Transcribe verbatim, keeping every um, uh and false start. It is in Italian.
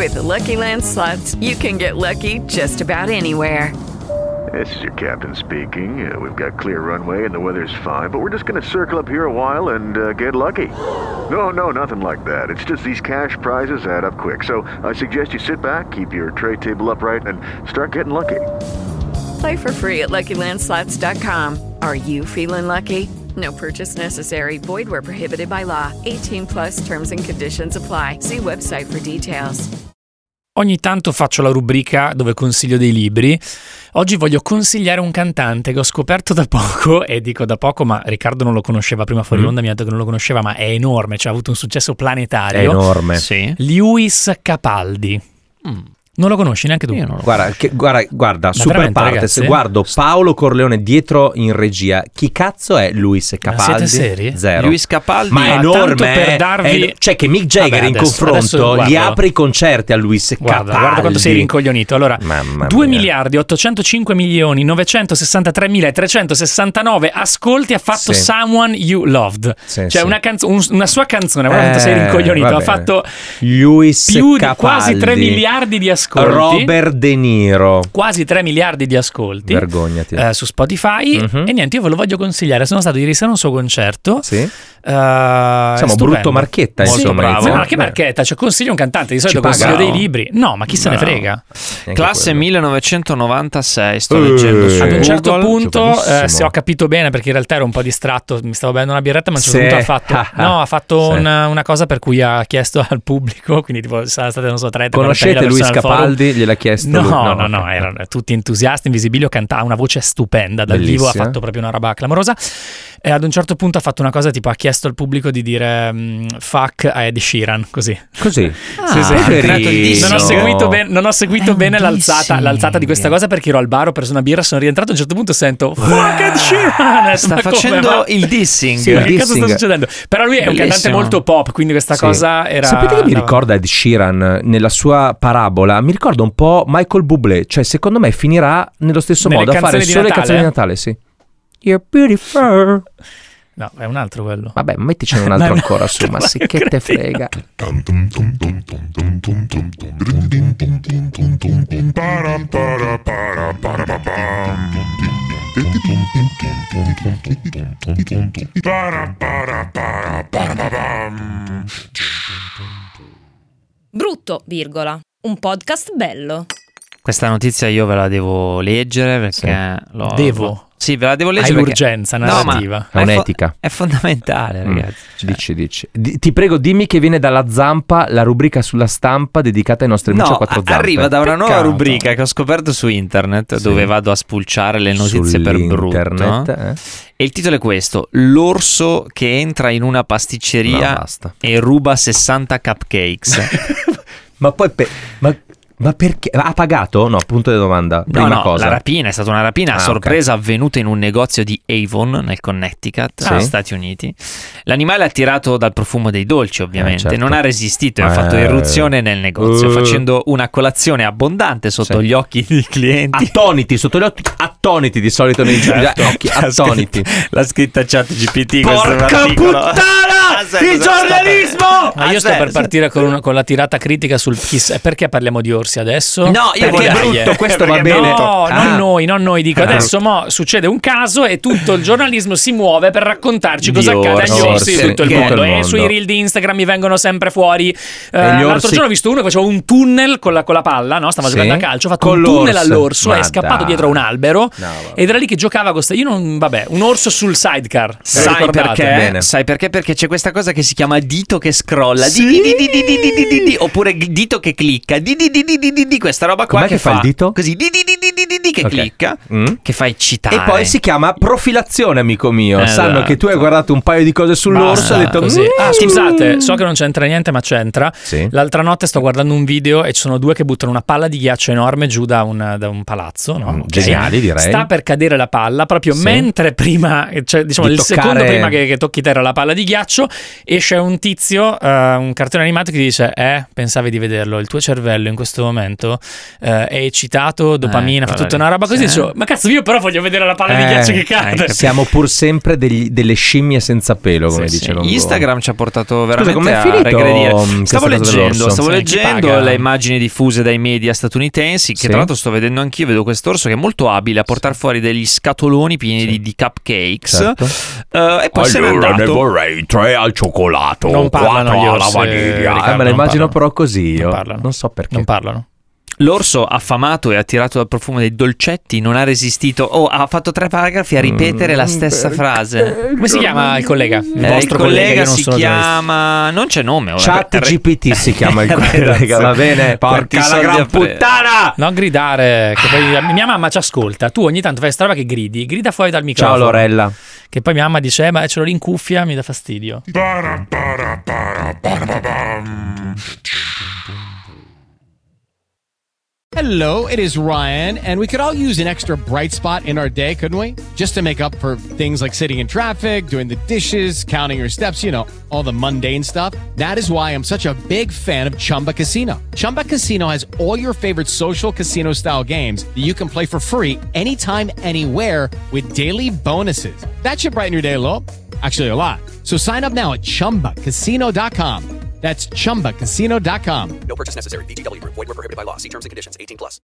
With the Lucky Land Slots, you can get lucky just about anywhere. This is your captain speaking. Uh, we've got clear runway and the weather's fine, but we're just going to circle up here a while and uh, get lucky. No, no, nothing like that. It's just these cash prizes add up quick. So I suggest you sit back, keep your tray table upright, and start getting lucky. Play for free at Lucky Land Slots dot com. Are you feeling lucky? No purchase necessary. Void where prohibited by law. eighteen plus terms and conditions apply. See website for details. Ogni tanto faccio la rubrica dove consiglio dei libri. Oggi voglio consigliare un cantante che ho scoperto da poco, e dico da poco, ma Riccardo non lo conosceva prima fuori mm. onda, mi ha detto che non lo conosceva, ma è enorme, cioè ha avuto un successo planetario. È enorme. Sì. Lewis Capaldi. Mm. Non lo conosci neanche tu? Guarda, che, guarda, guarda super parte. Ragazzi? Se guardo Paolo Corleone dietro in regia, chi cazzo è Lewis Capaldi? Siete seri? Zero. Lewis Capaldi, ma è enorme. Per darvi... è, cioè che Mick Jagger Vabbè, in adesso, confronto adesso, gli apre i concerti a Lewis guarda, Capaldi. Guarda quanto sei rincoglionito. Allora, due miliardi ottocentoscinque milioni novecentosessantatremila trecentosessantanove ascolti ha fatto sì. Someone You Loved. Sì, cioè sì. Una, canzo- un, una sua canzone, guarda eh, quanto sei rincoglionito. Ha fatto Lewis più Capaldi. di quasi tre miliardi di ascolti. Robert De Niro, quasi tre miliardi di ascolti. Vergognati. Eh, su Spotify. Uh-huh. E niente, io ve lo voglio consigliare. Sono stato ieri sera a un suo concerto. Sì. Uh, Siamo brutto marchetta, molto insomma. bravo. Ma che marchetta? Cioè, consiglio un cantante. Di solito consiglio dei libri. No, ma chi se ne frega? Classe quello. millenovecentonovantasei. Sto uh, leggendo su ad un certo Google. punto, eh, se ho capito bene, perché in realtà ero un po' distratto, mi stavo bevendo una birretta, ma a un certo punto ha fatto, no, ha fatto sì. una, una cosa per cui ha chiesto al pubblico, quindi tipo sarà state non so trenta. Conoscete Luis Capaldi? Gliel'ha chiesto? No, lui. no, no, no, erano tutti entusiasti. Invisibilio cantava una voce stupenda dal Bellissima. vivo, ha fatto proprio una roba clamorosa. E ad un certo punto ha fatto una cosa tipo ha chiesto al pubblico di dire um, fuck a Ed Sheeran, così. Così? Ah, sì, sì. Non ho seguito, ben, non ho seguito bene l'alzata, l'alzata di questa cosa, perché ero al bar, ho preso una birra, sono rientrato, a un certo punto sento fuck Ed Sheeran. Sta facendo come, il dissing. Sì, il che dissing. cosa sta succedendo? Però lui è Bellissimo. un cantante molto pop, quindi questa sì. cosa era... Sapete che mi no. ricorda Ed Sheeran nella sua parabola? Mi ricorda un po' Michael Bublé, cioè secondo me finirà nello stesso Nelle modo a fare solo le canzoni di Natale, sì. You're beautiful. No, è un altro quello. Vabbè, metticene un altro ancora su, ma sì, che te frega. Brutto, virgola. Un podcast bello. Questa notizia io ve la devo leggere perché sì. l'ho, devo sì ve la devo leggere hai perché... l'urgenza narrativa. No, è un'etica, è, fo- è fondamentale, ragazzi. Mm. Cioè. Dici, dici. D- ti prego, dimmi che viene dalla Zampa, la rubrica sulla stampa dedicata ai nostri amici no, a quattro zampe. Arriva da una Peccato. nuova rubrica che ho scoperto su internet, sì. dove vado a spulciare le notizie per brutto. Eh? E il titolo è questo: l'orso che entra in una pasticceria no, e ruba sessanta cupcakes. Ma poi pe- ma Ma perché? Ha pagato? No, punto di domanda. Prima no, no, cosa. La rapina è stata una rapina a ah, sorpresa okay. avvenuta in un negozio di Avon nel Connecticut, sì. negli Stati Uniti. L'animale attirato dal profumo dei dolci, ovviamente, eh, certo. non ha resistito e eh. ha fatto irruzione nel negozio, uh. facendo una colazione abbondante sotto sì. gli occhi dei clienti. Attoniti, sotto gli occhi, attoniti di solito nei certo. occhi, attoniti. L'ha scritta Chat G P T. Porca puttana! Aspetta, il giornalismo! Ma io sto per partire con, una, con la tirata critica sul chissà. Perché parliamo di orsi adesso? No, io perché è brutto, questo va bene. No, ah. non noi, non noi. Dico, adesso mo succede un caso e tutto il giornalismo si muove per raccontarci di cosa accade orsi, agli orsi di tutto il tutto mondo. il mondo. E sui reel di Instagram mi vengono sempre fuori. Uh, l'altro orsi... giorno ho visto uno che faceva un tunnel con la, con la palla, no? Stava sì? giocando a calcio, ha fatto con un tunnel l'orso. all'orso, Ma è scappato dai. dietro a un albero no, ed era lì che giocava con sta... Io non... Vabbè, un orso sul sidecar. Sai perché? Bene. Sai perché? Perché c'è questa cosa che si chiama dito che scrolla, sì? di, di, di, di, di, di, di, di, oppure dito che clicca, di, di, di, di, di, di, di, questa roba qua. Com'è che, che fa il dito? Così, di, di, di, di, di, di, di, che okay. clicca, mm. che fa eccitare. E poi si chiama profilazione, amico mio. Esatto. Sanno che tu hai guardato un paio di cose sull'orso e hai detto così. Mm. Ah, scusate, so che non c'entra niente, ma c'entra. Sì. L'altra notte sto guardando un video e ci sono due che buttano una palla di ghiaccio enorme giù da un, da un palazzo, no? Mm, okay. geniali, direi. sta per cadere la palla, proprio Sì. mentre prima, cioè diciamo Di il toccare- secondo prima che, che tocchi terra la palla di ghiaccio, esce un tizio, eh, un cartone animato che ti dice eh, pensavi di vederlo, il tuo cervello in questo momento eh, è eccitato, dopamina, Eh, fa tutta quella una lì. roba così, Sì. dicevo, ma cazzo io però voglio vedere la palla di Eh, ghiaccio che cade. Siamo pur sempre degli- delle scimmie senza pelo, come Sì, dice sì. Longo. Instagram ci ha portato veramente com'è a finito, regredire. um, questa Stavo cosa leggendo, dell'orso? stavo Sì, chi leggendo paga? le immagini diffuse dai media statunitensi, che Sì. tra l'altro sto vedendo anch'io, vedo quest'orso che è molto abile a portare fuori degli scatoloni pieni Sì. di, di cupcakes. Certo. Eh, e poi se n'è andato. vorrei tre al cioccolato, Non parlano gli orsi, Riccardo, Eh, me la non immagino parlano. però così io. Non parlano. Non so perché. Non parlano. L'orso, affamato e attirato dal profumo dei dolcetti, non ha resistito. Oh, ha fatto tre paragrafi a ripetere la stessa frase. Come si chiama il collega? Il Eh, vostro il collega io non si sono giornalista. chiama. Non c'è nome. ora. Chat R- G P T si chiama il collega, Ragazzi, va bene? quanti Porca la soldi gran ha preso? puttana! Non gridare, che poi mia mamma ci ascolta. Tu ogni tanto fai sta roba che gridi, grida fuori dal microfono. Ciao Lorella. Che poi mia mamma dice, eh, ma ce l'ho lì in cuffia, mi dà fastidio. Hello, it is Ryan, and we could all use an extra bright spot in our day, couldn't we? Just to make up for things like sitting in traffic, doing the dishes, counting your steps, you know, all the mundane stuff. That is why I'm such a big fan of Chumba Casino. Chumba Casino has all your favorite social casino style games that you can play for free anytime, anywhere with daily bonuses. That should brighten your day a little. Actually, a lot. So sign up now at chumba casino dot com. That's chumba casino dot com. No purchase necessary. V G W Group. Void where prohibited by law. See terms and conditions. eighteen plus.